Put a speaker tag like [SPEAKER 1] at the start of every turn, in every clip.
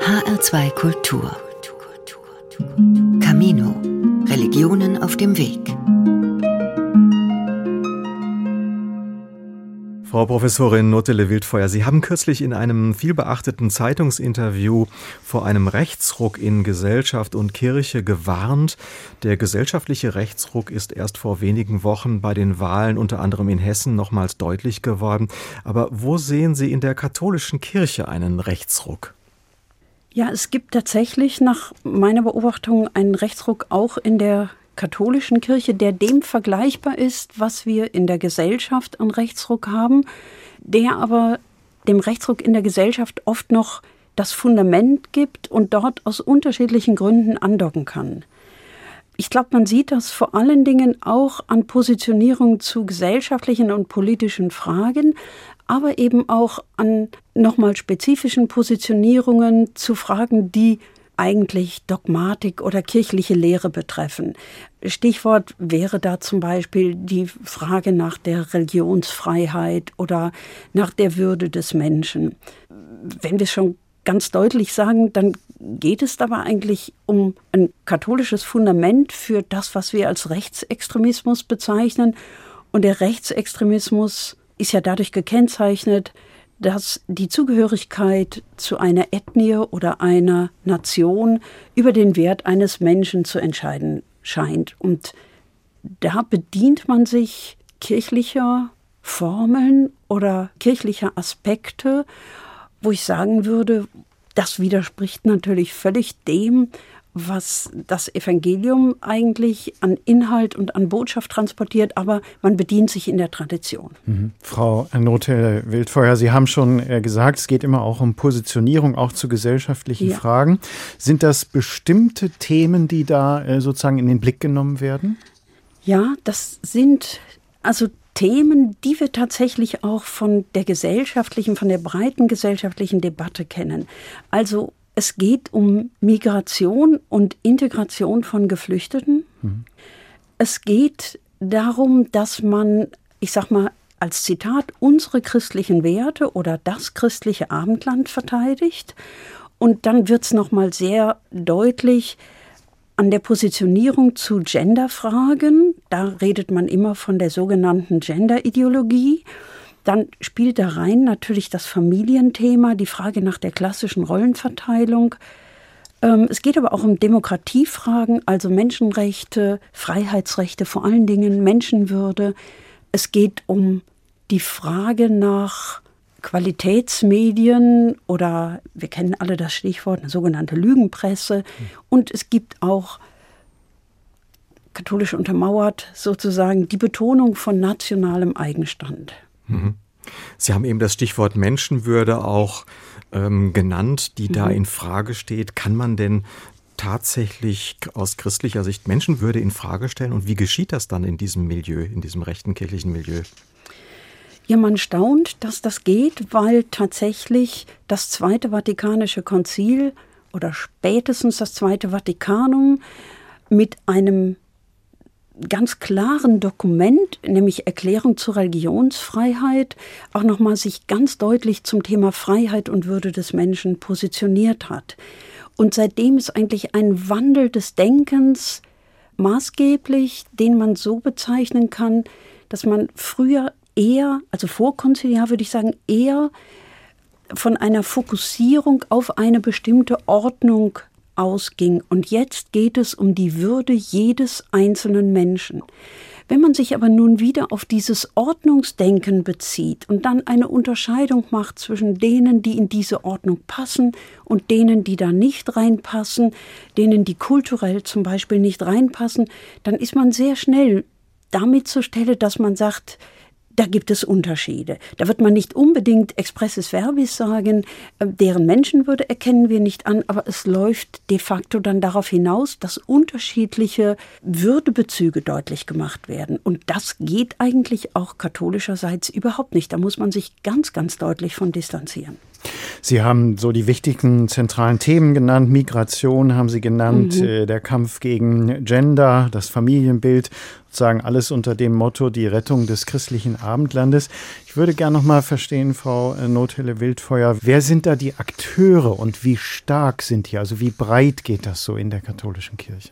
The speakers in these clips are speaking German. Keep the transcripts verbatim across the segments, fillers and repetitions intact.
[SPEAKER 1] H R zwei Kultur. Camino. Religionen auf dem Weg.
[SPEAKER 2] Frau Professorin Nothele-Wildfeuer, Sie haben kürzlich in einem vielbeachteten Zeitungsinterview vor einem Rechtsruck in Gesellschaft und Kirche gewarnt. Der gesellschaftliche Rechtsruck ist erst vor wenigen Wochen bei den Wahlen, unter anderem in Hessen, nochmals deutlich geworden. Aber wo sehen Sie in der katholischen Kirche einen Rechtsruck?
[SPEAKER 3] Ja, es gibt tatsächlich nach meiner Beobachtung einen Rechtsruck auch in der katholischen Kirche, der dem vergleichbar ist, was wir in der Gesellschaft an Rechtsruck haben, der aber dem Rechtsruck in der Gesellschaft oft noch das Fundament gibt und dort aus unterschiedlichen Gründen andocken kann. Ich glaube, man sieht das vor allen Dingen auch an Positionierung zu gesellschaftlichen und politischen Fragen, aber eben auch an nochmal spezifischen Positionierungen zu Fragen, die eigentlich Dogmatik oder kirchliche Lehre betreffen. Stichwort wäre da zum Beispiel die Frage nach der Religionsfreiheit oder nach der Würde des Menschen. Wenn wir es schon ganz deutlich sagen, dann geht es dabei eigentlich um ein katholisches Fundament für das, was wir als Rechtsextremismus bezeichnen. Und der Rechtsextremismus ist ja dadurch gekennzeichnet, dass die Zugehörigkeit zu einer Ethnie oder einer Nation über den Wert eines Menschen zu entscheiden scheint. Und da bedient man sich kirchlicher Formeln oder kirchlicher Aspekte, wo ich sagen würde, das widerspricht natürlich völlig dem, was das Evangelium eigentlich an Inhalt und an Botschaft transportiert, aber man bedient sich in der Tradition.
[SPEAKER 4] Mhm. Frau Nothele-Wildfeuer, Sie haben schon äh, gesagt, es geht immer auch um Positionierung, auch zu gesellschaftlichen ja. Fragen. Sind das bestimmte Themen, die da äh, sozusagen in den Blick genommen werden?
[SPEAKER 3] Ja, das sind also Themen, die wir tatsächlich auch von der gesellschaftlichen, von der breiten gesellschaftlichen Debatte kennen. Also es geht um Migration und Integration von Geflüchteten. Mhm. Es geht darum, dass man, ich sag mal als Zitat, unsere christlichen Werte oder das christliche Abendland verteidigt. Und dann wird es nochmal sehr deutlich an der Positionierung zu Genderfragen. Da redet man immer von der sogenannten Genderideologie. Dann spielt da rein natürlich das Familienthema, die Frage nach der klassischen Rollenverteilung. Ähm, es geht aber auch um Demokratiefragen, also Menschenrechte, Freiheitsrechte, vor allen Dingen Menschenwürde. Es geht um die Frage nach Qualitätsmedien oder wir kennen alle das Stichwort, eine sogenannte Lügenpresse. Und es gibt auch katholisch untermauert sozusagen die Betonung von nationalem Eigenstand.
[SPEAKER 2] Sie haben eben das Stichwort Menschenwürde auch ähm, genannt, die mhm. da in Frage steht. Kann man denn tatsächlich aus christlicher Sicht Menschenwürde in Frage stellen? Und wie geschieht das dann in diesem Milieu, in diesem rechten kirchlichen Milieu?
[SPEAKER 3] Ja, man staunt, dass das geht, weil tatsächlich das Zweite Vatikanische Konzil oder spätestens das Zweite Vatikanum mit einem ganz klaren Dokument, nämlich Erklärung zur Religionsfreiheit, auch nochmal sich ganz deutlich zum Thema Freiheit und Würde des Menschen positioniert hat. Und seitdem ist eigentlich ein Wandel des Denkens maßgeblich, den man so bezeichnen kann, dass man früher eher, also vorkonziliar würde ich sagen, eher von einer Fokussierung auf eine bestimmte Ordnung ausging. Und jetzt geht es um die Würde jedes einzelnen Menschen. Wenn man sich aber nun wieder auf dieses Ordnungsdenken bezieht und dann eine Unterscheidung macht zwischen denen, die in diese Ordnung passen und denen, die da nicht reinpassen, denen, die kulturell zum Beispiel nicht reinpassen, dann ist man sehr schnell damit zur Stelle, dass man sagt, da gibt es Unterschiede. Da wird man nicht unbedingt expressis verbis sagen, deren Menschenwürde erkennen wir nicht an, aber es läuft de facto dann darauf hinaus, dass unterschiedliche Würdebezüge deutlich gemacht werden. Und das geht eigentlich auch katholischerseits überhaupt nicht. Da muss man sich ganz, ganz deutlich von distanzieren.
[SPEAKER 4] Sie haben so die wichtigen zentralen Themen genannt. Migration haben Sie genannt, mhm. äh, der Kampf gegen Gender, das Familienbild, sozusagen alles unter dem Motto die Rettung des christlichen Abendlandes. Ich würde gerne noch mal verstehen, Frau Nothelle-Wildfeuer, wer sind da die Akteure und wie stark sind die? Also wie breit geht das so in der katholischen Kirche?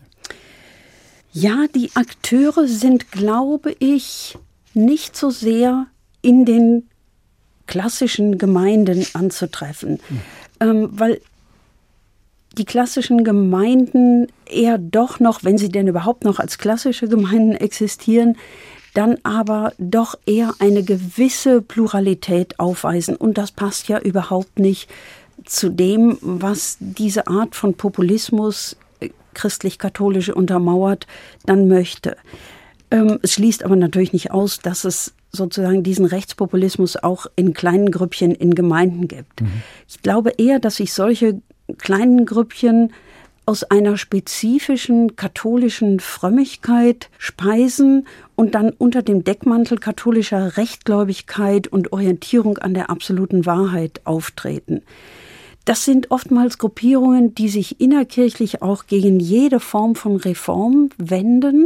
[SPEAKER 3] Ja, die Akteure sind, glaube ich, nicht so sehr in den klassischen Gemeinden anzutreffen, mhm. ähm, weil die klassischen Gemeinden eher doch noch, wenn sie denn überhaupt noch als klassische Gemeinden existieren, dann aber doch eher eine gewisse Pluralität aufweisen. Und das passt ja überhaupt nicht zu dem, was diese Art von Populismus christlich-katholisch untermauert, dann möchte. Ähm, es schließt aber natürlich nicht aus, dass es sozusagen diesen Rechtspopulismus auch in kleinen Grüppchen in Gemeinden gibt. Mhm. Ich glaube eher, dass sich solche kleinen Grüppchen aus einer spezifischen katholischen Frömmigkeit speisen und dann unter dem Deckmantel katholischer Rechtgläubigkeit und Orientierung an der absoluten Wahrheit auftreten. Das sind oftmals Gruppierungen, die sich innerkirchlich auch gegen jede Form von Reform wenden.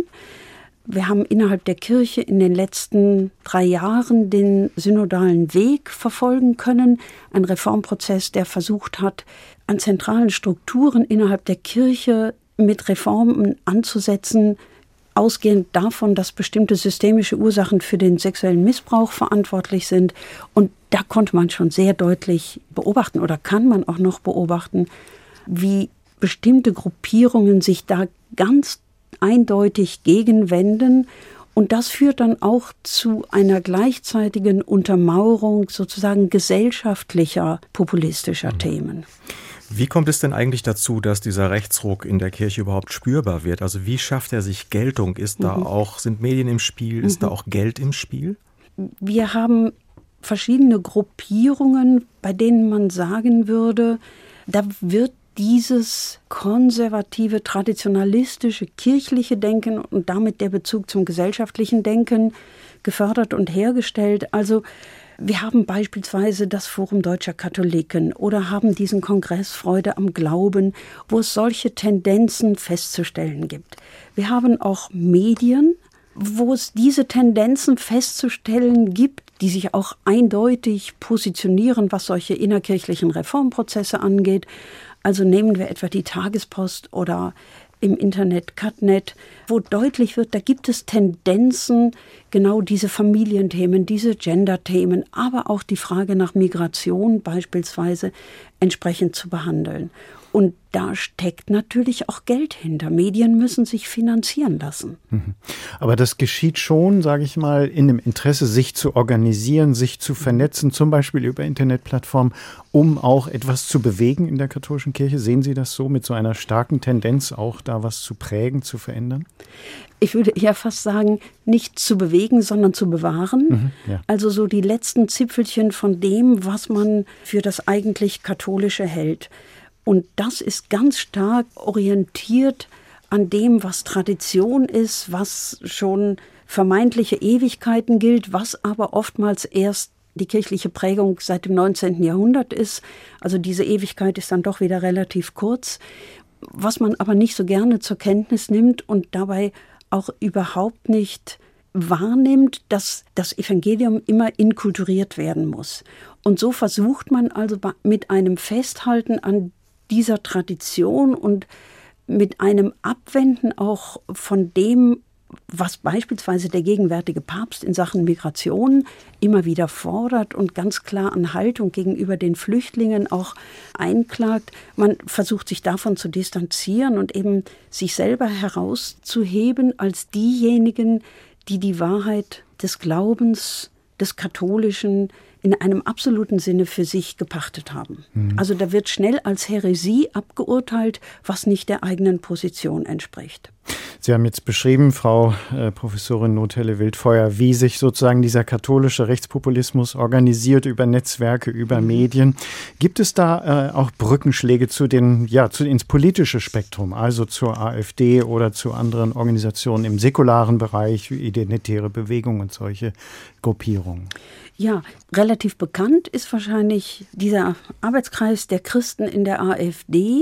[SPEAKER 3] Wir haben innerhalb der Kirche in den letzten drei Jahren den synodalen Weg verfolgen können. Ein Reformprozess, der versucht hat, an zentralen Strukturen innerhalb der Kirche mit Reformen anzusetzen, ausgehend davon, dass bestimmte systemische Ursachen für den sexuellen Missbrauch verantwortlich sind. Und da konnte man schon sehr deutlich beobachten oder kann man auch noch beobachten, wie bestimmte Gruppierungen sich da ganz eindeutig gegenwenden. Und das führt dann auch zu einer gleichzeitigen Untermauerung sozusagen gesellschaftlicher, populistischer mhm. Themen.
[SPEAKER 2] Wie kommt es denn eigentlich dazu, dass dieser Rechtsruck in der Kirche überhaupt spürbar wird? Also wie schafft er sich Geltung? Ist da mhm. auch, sind Medien im Spiel? Ist mhm. da auch Geld im Spiel?
[SPEAKER 3] Wir haben verschiedene Gruppierungen, bei denen man sagen würde, da wird dieses konservative, traditionalistische, kirchliche Denken und damit der Bezug zum gesellschaftlichen Denken gefördert und hergestellt. Also wir haben beispielsweise das Forum Deutscher Katholiken oder haben diesen Kongress Freude am Glauben, wo es solche Tendenzen festzustellen gibt. Wir haben auch Medien, wo es diese Tendenzen festzustellen gibt, die sich auch eindeutig positionieren, was solche innerkirchlichen Reformprozesse angeht. Also nehmen wir etwa die Tagespost oder im Internet Cutnet, wo deutlich wird, da gibt es Tendenzen, genau diese Familienthemen, diese Gender-Themen, aber auch die Frage nach Migration beispielsweise entsprechend zu behandeln. Und da steckt natürlich auch Geld hinter. Medien müssen sich finanzieren lassen.
[SPEAKER 4] Aber das geschieht schon, sage ich mal, in dem Interesse, sich zu organisieren, sich zu vernetzen, zum Beispiel über Internetplattformen, um auch etwas zu bewegen in der katholischen Kirche. Sehen Sie das so, mit so einer starken Tendenz auch da was zu prägen, zu verändern?
[SPEAKER 3] Ich würde eher fast sagen, nicht zu bewegen, sondern zu bewahren. Mhm, ja. Also so die letzten Zipfelchen von dem, was man für das eigentlich Katholische hält. Und das ist ganz stark orientiert an dem, was Tradition ist, was schon vermeintliche Ewigkeiten gilt, was aber oftmals erst die kirchliche Prägung seit dem neunzehnten Jahrhundert ist. Also diese Ewigkeit ist dann doch wieder relativ kurz. Was man aber nicht so gerne zur Kenntnis nimmt und dabei auch überhaupt nicht wahrnimmt, dass das Evangelium immer inkulturiert werden muss. Und so versucht man also mit einem Festhalten an dieser Tradition und mit einem Abwenden auch von dem, was beispielsweise der gegenwärtige Papst in Sachen Migration immer wieder fordert und ganz klar an Haltung gegenüber den Flüchtlingen auch einklagt. Man versucht sich davon zu distanzieren und eben sich selber herauszuheben als diejenigen, die die Wahrheit des Glaubens, des Katholischen in einem absoluten Sinne für sich gepachtet haben. Mhm. Also da wird schnell als Häresie abgeurteilt, was nicht der eigenen Position entspricht.
[SPEAKER 4] Sie haben jetzt beschrieben, Frau äh, Professorin Nothelle-Wildfeuer, wie sich sozusagen dieser katholische Rechtspopulismus organisiert über Netzwerke, über mhm. Medien. Gibt es da äh, auch Brückenschläge zu den, ja, zu, ins politische Spektrum, also zur AfD oder zu anderen Organisationen im säkularen Bereich, wie identitäre Bewegungen und solche Gruppierungen?
[SPEAKER 3] Ja, relativ bekannt ist wahrscheinlich dieser Arbeitskreis der Christen in der AfD,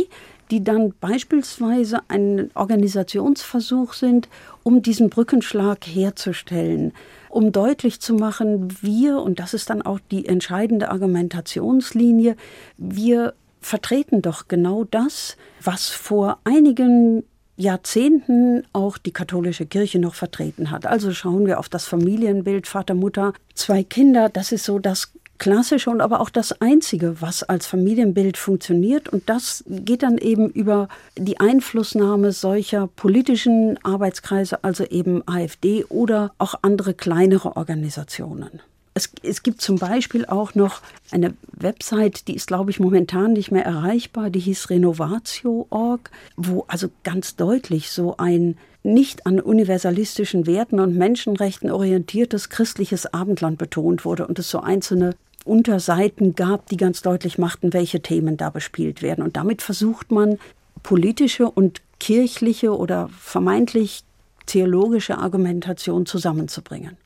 [SPEAKER 3] die dann beispielsweise ein Organisationsversuch sind, um diesen Brückenschlag herzustellen, um deutlich zu machen, wir, und das ist dann auch die entscheidende Argumentationslinie, wir vertreten doch genau das, was vor einigen Jahrzehnten auch die katholische Kirche noch vertreten hat. Also schauen wir auf das Familienbild, Vater, Mutter, zwei Kinder, das ist so das Klassische und aber auch das Einzige, was als Familienbild funktioniert. Und das geht dann eben über die Einflussnahme solcher politischen Arbeitskreise, also eben AfD oder auch andere kleinere Organisationen. Es, es gibt zum Beispiel auch noch eine Website, die ist, glaube ich, momentan nicht mehr erreichbar, die hieß renovatio punkt org, wo also ganz deutlich so ein nicht an universalistischen Werten und Menschenrechten orientiertes christliches Abendland betont wurde und es so einzelne Unterseiten gab, die ganz deutlich machten, welche Themen da bespielt werden. Und damit versucht man, politische und kirchliche oder vermeintlich theologische Argumentation zusammenzubringen.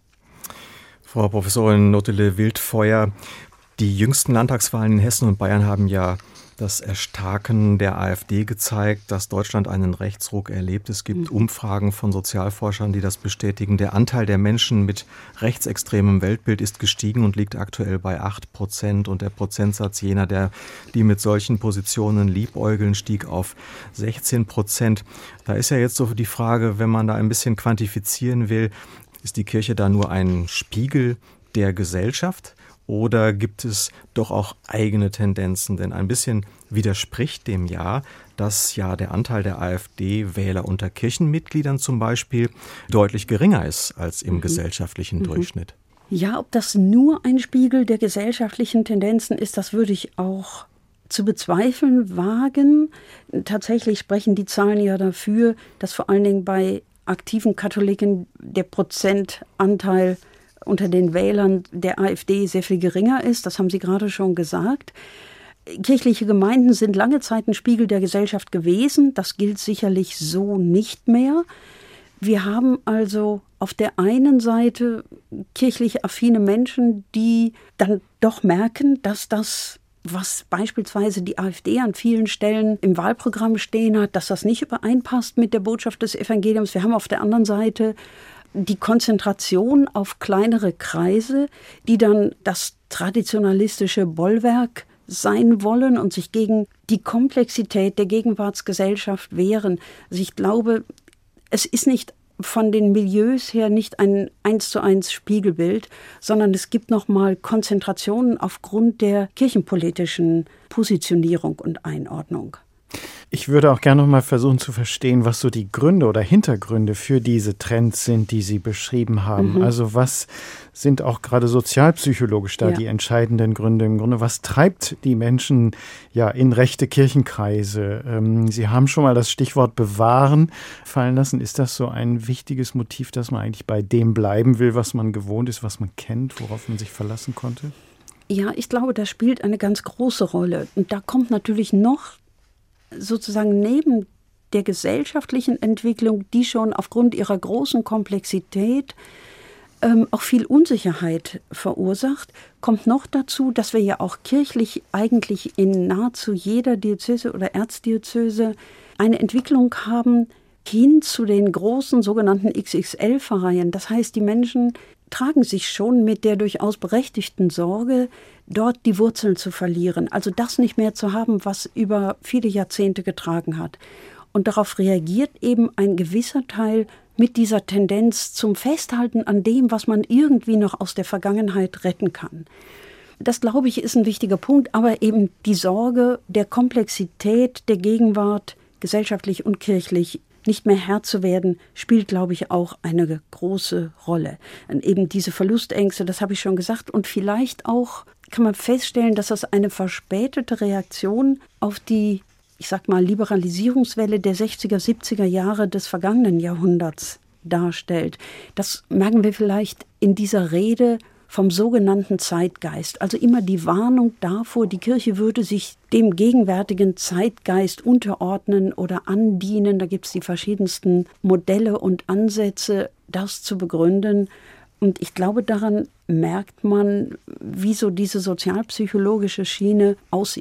[SPEAKER 2] Frau Professorin Nothele-Wildfeuer, die jüngsten Landtagswahlen in Hessen und Bayern haben ja das Erstarken der AfD gezeigt, dass Deutschland einen Rechtsruck erlebt. Es gibt Umfragen von Sozialforschern, die das bestätigen. Der Anteil der Menschen mit rechtsextremem Weltbild ist gestiegen und liegt aktuell bei acht Prozent. Und der Prozentsatz jener, der, die mit solchen Positionen liebäugeln, stieg auf sechzehn Prozent. Da ist ja jetzt so die Frage, wenn man da ein bisschen quantifizieren will, ist die Kirche da nur ein Spiegel der Gesellschaft? Oder gibt es doch auch eigene Tendenzen? Denn ein bisschen widerspricht dem ja, dass ja der Anteil der AfD-Wähler unter Kirchenmitgliedern zum Beispiel deutlich geringer ist als im mhm. gesellschaftlichen mhm. Durchschnitt.
[SPEAKER 3] Ja, ob das nur ein Spiegel der gesellschaftlichen Tendenzen ist, das würde ich auch zu bezweifeln wagen. Tatsächlich sprechen die Zahlen ja dafür, dass vor allen Dingen bei aktiven Katholiken der Prozentanteil unter den Wählern der AfD sehr viel geringer ist. Das haben Sie gerade schon gesagt. Kirchliche Gemeinden sind lange Zeit ein Spiegel der Gesellschaft gewesen. Das gilt sicherlich so nicht mehr. Wir haben also auf der einen Seite kirchlich affine Menschen, die dann doch merken, dass das, was beispielsweise die AfD an vielen Stellen im Wahlprogramm stehen hat, dass das nicht übereinpasst mit der Botschaft des Evangeliums. Wir haben auf der anderen Seite die Konzentration auf kleinere Kreise, die dann das traditionalistische Bollwerk sein wollen und sich gegen die Komplexität der Gegenwartsgesellschaft wehren. Also ich glaube, es ist nicht von den Milieus her nicht ein eins zu eins Spiegelbild, sondern es gibt nochmal Konzentrationen aufgrund der kirchenpolitischen Positionierung und Einordnung.
[SPEAKER 4] Ich würde auch gerne noch mal versuchen zu verstehen, was so die Gründe oder Hintergründe für diese Trends sind, die Sie beschrieben haben. Mhm. Also was sind auch gerade sozialpsychologisch da ja. die entscheidenden Gründe im Grunde? Was treibt die Menschen ja in rechte Kirchenkreise? Ähm, Sie haben schon mal das Stichwort bewahren fallen lassen. Ist das so ein wichtiges Motiv, dass man eigentlich bei dem bleiben will, was man gewohnt ist, was man kennt, worauf man sich verlassen konnte?
[SPEAKER 3] Ja, ich glaube, das spielt eine ganz große Rolle. Und da kommt natürlich noch sozusagen neben der gesellschaftlichen Entwicklung, die schon aufgrund ihrer großen Komplexität ähm, auch viel Unsicherheit verursacht, kommt noch dazu, dass wir ja auch kirchlich eigentlich in nahezu jeder Diözese oder Erzdiözese eine Entwicklung haben hin zu den großen sogenannten X X L-Pfarreien. Das heißt, die Menschen tragen sich schon mit der durchaus berechtigten Sorge, dort die Wurzeln zu verlieren, also das nicht mehr zu haben, was über viele Jahrzehnte getragen hat. Und darauf reagiert eben ein gewisser Teil mit dieser Tendenz zum Festhalten an dem, was man irgendwie noch aus der Vergangenheit retten kann. Das, glaube ich, ist ein wichtiger Punkt, aber eben die Sorge der Komplexität der Gegenwart, gesellschaftlich und kirchlich, nicht mehr Herr zu werden, spielt, glaube ich, auch eine große Rolle. Und eben diese Verlustängste, das habe ich schon gesagt. Und vielleicht auch kann man feststellen, dass das eine verspätete Reaktion auf die, ich sag mal, Liberalisierungswelle der sechziger, siebziger Jahre des vergangenen Jahrhunderts darstellt. Das merken wir vielleicht in dieser Rede vom sogenannten Zeitgeist. Also immer die Warnung davor, die Kirche würde sich dem gegenwärtigen Zeitgeist unterordnen oder andienen. Da gibt es die verschiedensten Modelle und Ansätze, das zu begründen. Und ich glaube, daran merkt man, wie so diese sozialpsychologische Schiene aussieht.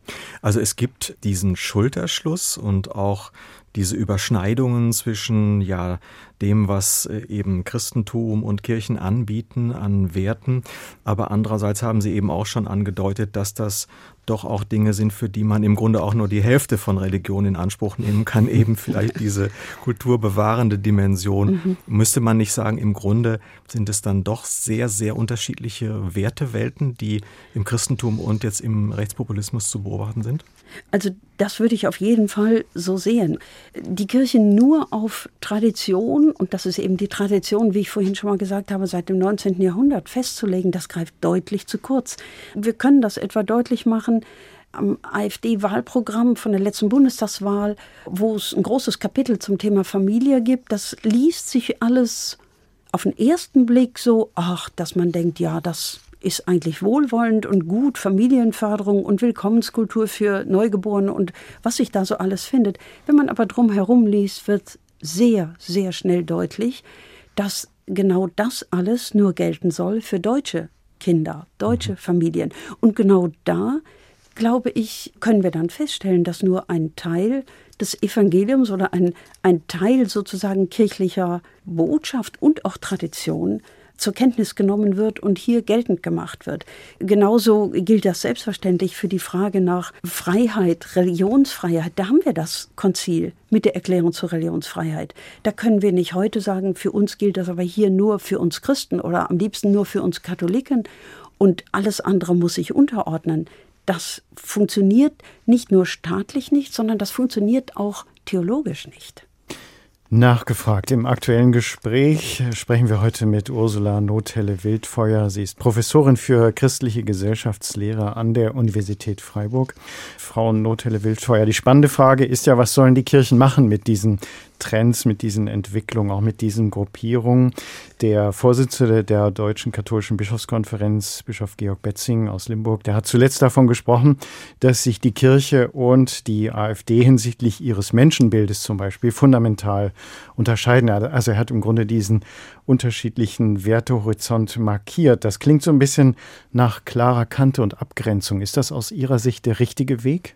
[SPEAKER 2] Also es gibt diesen Schulterschluss und auch diese Überschneidungen zwischen ja dem, was eben Christentum und Kirchen anbieten an Werten. Aber andererseits haben Sie eben auch schon angedeutet, dass das doch auch Dinge sind, für die man im Grunde auch nur die Hälfte von Religion in Anspruch nehmen kann. Eben vielleicht diese kulturbewahrende Dimension. Mhm. Müsste man nicht sagen, im Grunde sind es dann doch sehr, sehr unterschiedliche Wertewelten, die im Christentum und jetzt im Rechtspopulismus zu beobachten sind?
[SPEAKER 3] Also das würde ich auf jeden Fall so sehen. Die Kirche nur auf Tradition, und das ist eben die Tradition, wie ich vorhin schon mal gesagt habe, seit dem neunzehnten Jahrhundert festzulegen, das greift deutlich zu kurz. Wir können das etwa deutlich machen am AfD-Wahlprogramm von der letzten Bundestagswahl, wo es ein großes Kapitel zum Thema Familie gibt. Das liest sich alles auf den ersten Blick so, ach, dass man denkt, ja, das ist eigentlich wohlwollend und gut, Familienförderung und Willkommenskultur für Neugeborene und was sich da so alles findet. Wenn man aber drum herum liest, wird sehr, sehr schnell deutlich, dass genau das alles nur gelten soll für deutsche Kinder, deutsche Familien. Und genau da, glaube ich, können wir dann feststellen, dass nur ein Teil des Evangeliums oder ein, ein Teil sozusagen kirchlicher Botschaft und auch Tradition zur Kenntnis genommen wird und hier geltend gemacht wird. Genauso gilt das selbstverständlich für die Frage nach Freiheit, Religionsfreiheit. Da haben wir das Konzil mit der Erklärung zur Religionsfreiheit. Da können wir nicht heute sagen, für uns gilt das aber hier nur für uns Christen oder am liebsten nur für uns Katholiken und alles andere muss sich unterordnen. Das funktioniert nicht nur staatlich nicht, sondern das funktioniert auch theologisch nicht.
[SPEAKER 4] Nachgefragt. Im aktuellen Gespräch sprechen wir heute mit Ursula Nothelle-Wildfeuer. Sie ist Professorin für christliche Gesellschaftslehre an der Universität Freiburg. Frau Nothelle-Wildfeuer, die spannende Frage ist ja, was sollen die Kirchen machen mit diesen Trends, mit diesen Entwicklungen, auch mit diesen Gruppierungen? Der Vorsitzende der Deutschen Katholischen Bischofskonferenz, Bischof Georg Betzing aus Limburg, der hat zuletzt davon gesprochen, dass sich die Kirche und die AfD hinsichtlich ihres Menschenbildes zum Beispiel fundamental unterscheiden. Also er hat im Grunde diesen unterschiedlichen Wertehorizont markiert. Das klingt so ein bisschen nach klarer Kante und Abgrenzung. Ist das aus Ihrer Sicht der richtige Weg?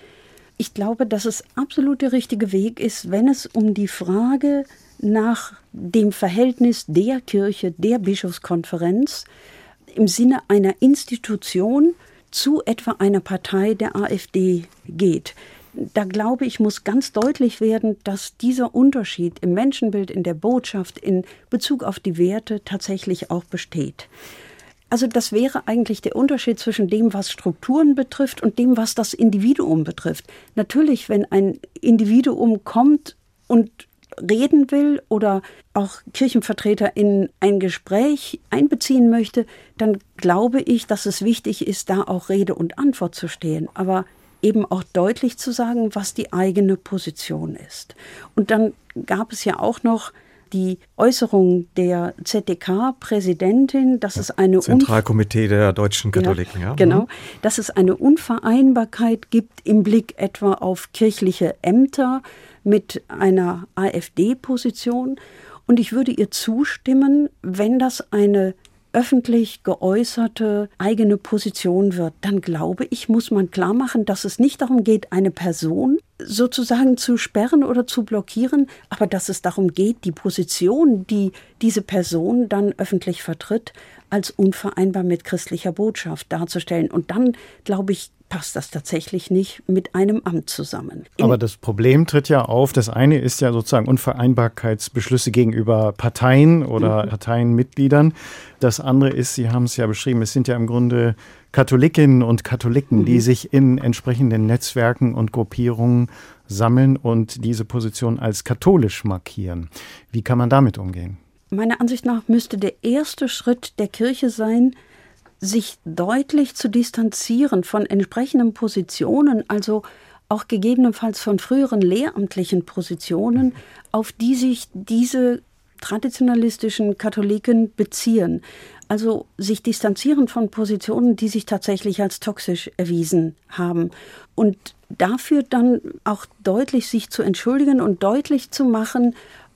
[SPEAKER 3] Ich glaube, dass es absolut der richtige Weg ist, wenn es um die Frage nach dem Verhältnis der Kirche, der Bischofskonferenz im Sinne einer Institution zu etwa einer Partei der AfD geht. Da glaube ich, muss ganz deutlich werden, dass dieser Unterschied im Menschenbild, in der Botschaft, in Bezug auf die Werte tatsächlich auch besteht. Also das wäre eigentlich der Unterschied zwischen dem, was Strukturen betrifft und dem, was das Individuum betrifft. Natürlich, wenn ein Individuum kommt und reden will oder auch Kirchenvertreter in ein Gespräch einbeziehen möchte, dann glaube ich, dass es wichtig ist, da auch Rede und Antwort zu stehen. Aber eben auch deutlich zu sagen, was die eigene Position ist. Und dann gab es ja auch noch die Äußerung der Z D K-Präsidentin, dass es eine
[SPEAKER 2] Zentralkomitee Unver- der deutschen Katholiken, ja.
[SPEAKER 3] ja. Genau, dass es eine Unvereinbarkeit gibt im Blick etwa auf kirchliche Ämter mit einer AfD-Position. Und ich würde ihr zustimmen, wenn das eine öffentlich geäußerte eigene Position wird, dann glaube ich, muss man klar machen, dass es nicht darum geht, eine Person sozusagen zu sperren oder zu blockieren, aber dass es darum geht, die Position, die diese Person dann öffentlich vertritt, als unvereinbar mit christlicher Botschaft darzustellen. Und dann, glaube ich, passt das tatsächlich nicht mit einem Amt zusammen.
[SPEAKER 4] Aber das Problem tritt ja auf. Das eine ist ja sozusagen Unvereinbarkeitsbeschlüsse gegenüber Parteien oder mhm. Parteienmitgliedern. Das andere ist, Sie haben es ja beschrieben, es sind ja im Grunde Katholikinnen und Katholiken, mhm. die sich in entsprechenden Netzwerken und Gruppierungen sammeln und diese Position als katholisch markieren. Wie kann man damit umgehen?
[SPEAKER 3] Meiner Ansicht nach müsste der erste Schritt der Kirche sein, sich deutlich zu distanzieren von entsprechenden Positionen, also auch gegebenenfalls von früheren lehramtlichen Positionen, auf die sich diese traditionalistischen Katholiken beziehen. Also sich distanzieren von Positionen, die sich tatsächlich als toxisch erwiesen haben. Und dafür dann auch deutlich sich zu entschuldigen und deutlich zu machen,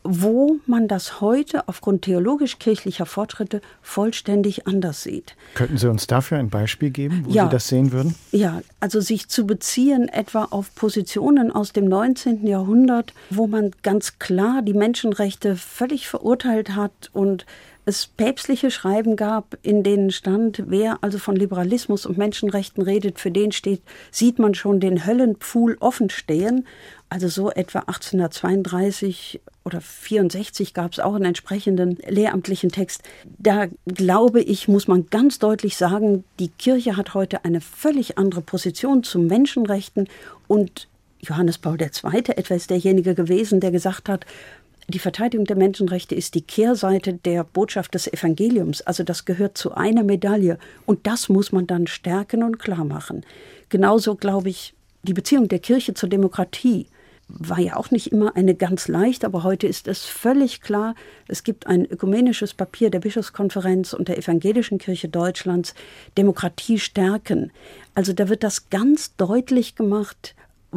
[SPEAKER 3] wo man das heute aufgrund theologisch-kirchlicher Fortschritte vollständig anders sieht.
[SPEAKER 4] Könnten Sie uns dafür ein Beispiel geben, wo
[SPEAKER 3] ja,
[SPEAKER 4] Sie das sehen würden?
[SPEAKER 3] Ja, also sich zu beziehen etwa auf Positionen aus dem neunzehnten Jahrhundert, wo man ganz klar die Menschenrechte völlig verurteilt hat und es päpstliche Schreiben gab, in denen stand, wer also von Liberalismus und Menschenrechten redet, für den steht, sieht man schon den Höllenpfuhl offen stehen. Also so etwa achtzehnhundertzweiunddreißig oder vierundsechzig gab es auch einen entsprechenden lehramtlichen Text. Da glaube ich, muss man ganz deutlich sagen, die Kirche hat heute eine völlig andere Position zu Menschenrechten. Und Johannes Paul der Zweite etwa ist derjenige gewesen, der gesagt hat, die Verteidigung der Menschenrechte ist die Kehrseite der Botschaft des Evangeliums. Also das gehört zu einer Medaille. Und das muss man dann stärken und klar machen. Genauso glaube ich, die Beziehung der Kirche zur Demokratie war ja auch nicht immer eine ganz leicht, aber heute ist es völlig klar, es gibt ein ökumenisches Papier der Bischofskonferenz und der Evangelischen Kirche Deutschlands, Demokratie stärken. Also da wird das ganz deutlich gemacht,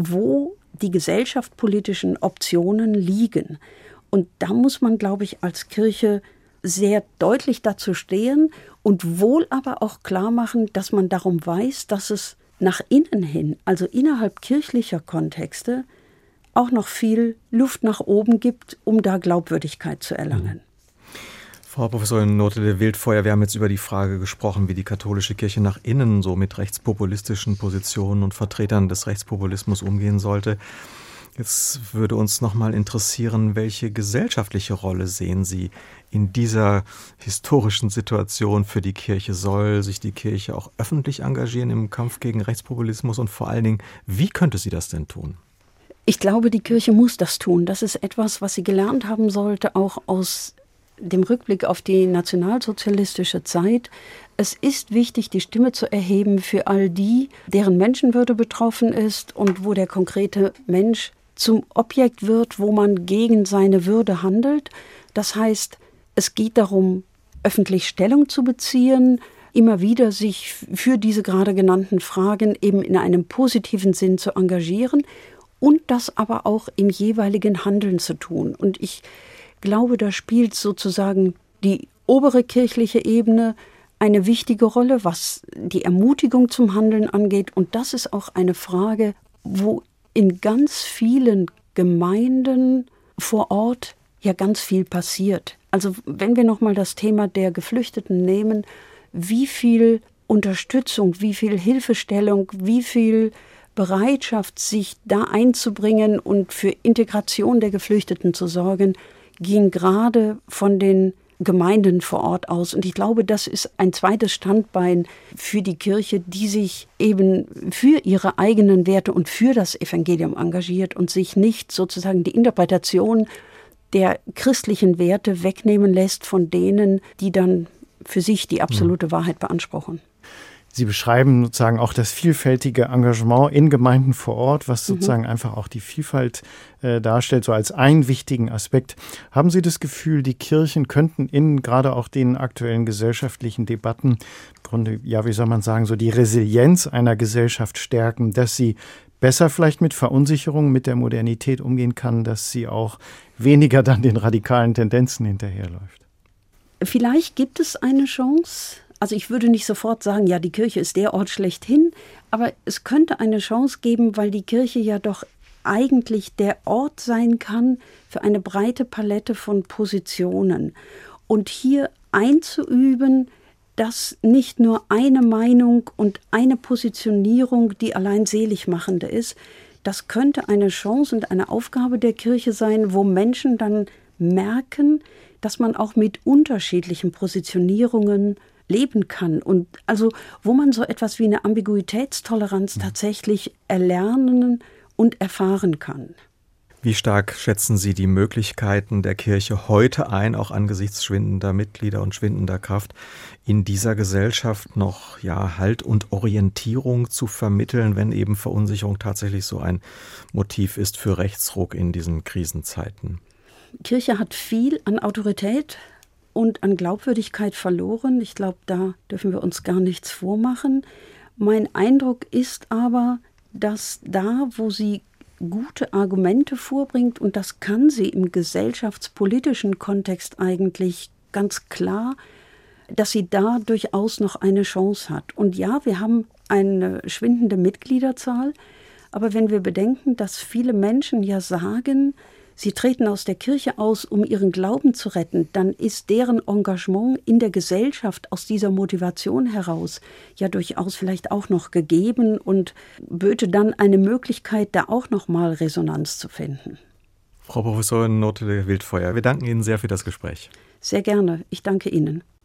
[SPEAKER 3] wo die gesellschaftspolitischen Optionen liegen. Und da muss man, glaube ich, als Kirche sehr deutlich dazu stehen und wohl aber auch klar machen, dass man darum weiß, dass es nach innen hin, also innerhalb kirchlicher Kontexte, auch noch viel Luft nach oben gibt, um da Glaubwürdigkeit zu erlangen.
[SPEAKER 2] Frau Professorin Nothele-Wildfeuer, wir haben jetzt über die Frage gesprochen, wie die katholische Kirche nach innen so mit rechtspopulistischen Positionen und Vertretern des Rechtspopulismus umgehen sollte. Jetzt würde uns noch mal interessieren, welche gesellschaftliche Rolle sehen Sie in dieser historischen Situation für die Kirche? Soll sich die Kirche auch öffentlich engagieren im Kampf gegen Rechtspopulismus? Und vor allen Dingen, wie könnte sie das denn tun?
[SPEAKER 3] Ich glaube, die Kirche muss das tun. Das ist etwas, was sie gelernt haben sollte, auch aus dem Rückblick auf die nationalsozialistische Zeit. Es ist wichtig, die Stimme zu erheben für all die, deren Menschenwürde betroffen ist und wo der konkrete Mensch zum Objekt wird, wo man gegen seine Würde handelt. Das heißt, es geht darum, öffentlich Stellung zu beziehen, immer wieder sich für diese gerade genannten Fragen eben in einem positiven Sinn zu engagieren und das aber auch im jeweiligen Handeln zu tun. Und ich glaube, da spielt sozusagen die obere kirchliche Ebene eine wichtige Rolle, was die Ermutigung zum Handeln angeht. Und das ist auch eine Frage, wo in ganz vielen Gemeinden vor Ort ja ganz viel passiert. Also wenn wir nochmal das Thema der Geflüchteten nehmen, wie viel Unterstützung, wie viel Hilfestellung, wie viel Bereitschaft, sich da einzubringen und für Integration der Geflüchteten zu sorgen, ging gerade von den Gemeinden vor Ort aus. Und ich glaube, das ist ein zweites Standbein für die Kirche, die sich eben für ihre eigenen Werte und für das Evangelium engagiert und sich nicht sozusagen die Interpretation der christlichen Werte wegnehmen lässt von denen, die dann für sich die absolute Wahrheit beanspruchen.
[SPEAKER 4] Sie beschreiben sozusagen auch das vielfältige Engagement in Gemeinden vor Ort, was sozusagen mhm. einfach auch die Vielfalt äh, darstellt, so als einen wichtigen Aspekt. Haben Sie das Gefühl, die Kirchen könnten in gerade auch den aktuellen gesellschaftlichen Debatten im Grunde, ja, wie soll man sagen, so die Resilienz einer Gesellschaft stärken, dass sie besser vielleicht mit Verunsicherung, mit der Modernität umgehen kann, dass sie auch weniger dann den radikalen Tendenzen hinterherläuft?
[SPEAKER 3] Vielleicht gibt es eine Chance. Also ich würde nicht sofort sagen, ja, die Kirche ist der Ort schlechthin, aber es könnte eine Chance geben, weil die Kirche ja doch eigentlich der Ort sein kann für eine breite Palette von Positionen. Und hier einzuüben, dass nicht nur eine Meinung und eine Positionierung die allein seligmachende ist, das könnte eine Chance und eine Aufgabe der Kirche sein, wo Menschen dann merken, dass man auch mit unterschiedlichen Positionierungen leben kann und also wo man so etwas wie eine Ambiguitätstoleranz tatsächlich erlernen und erfahren kann.
[SPEAKER 2] Wie stark schätzen Sie die Möglichkeiten der Kirche heute ein, auch angesichts schwindender Mitglieder und schwindender Kraft, in dieser Gesellschaft noch ja, Halt und Orientierung zu vermitteln, wenn eben Verunsicherung tatsächlich so ein Motiv ist für Rechtsruck in diesen Krisenzeiten?
[SPEAKER 3] Kirche hat viel an Autorität und an Glaubwürdigkeit verloren. Ich glaube, da dürfen wir uns gar nichts vormachen. Mein Eindruck ist aber, dass da, wo sie gute Argumente vorbringt, und das kann sie im gesellschaftspolitischen Kontext eigentlich ganz klar, dass sie da durchaus noch eine Chance hat. Und ja, wir haben eine schwindende Mitgliederzahl, aber wenn wir bedenken, dass viele Menschen ja sagen, sie treten aus der Kirche aus, um ihren Glauben zu retten, dann ist deren Engagement in der Gesellschaft aus dieser Motivation heraus ja durchaus vielleicht auch noch gegeben und böte dann eine Möglichkeit, da auch noch mal Resonanz zu finden.
[SPEAKER 2] Frau Professorin Notele Wildfeuer, wir danken Ihnen sehr für das Gespräch.
[SPEAKER 3] Sehr gerne. Ich danke Ihnen.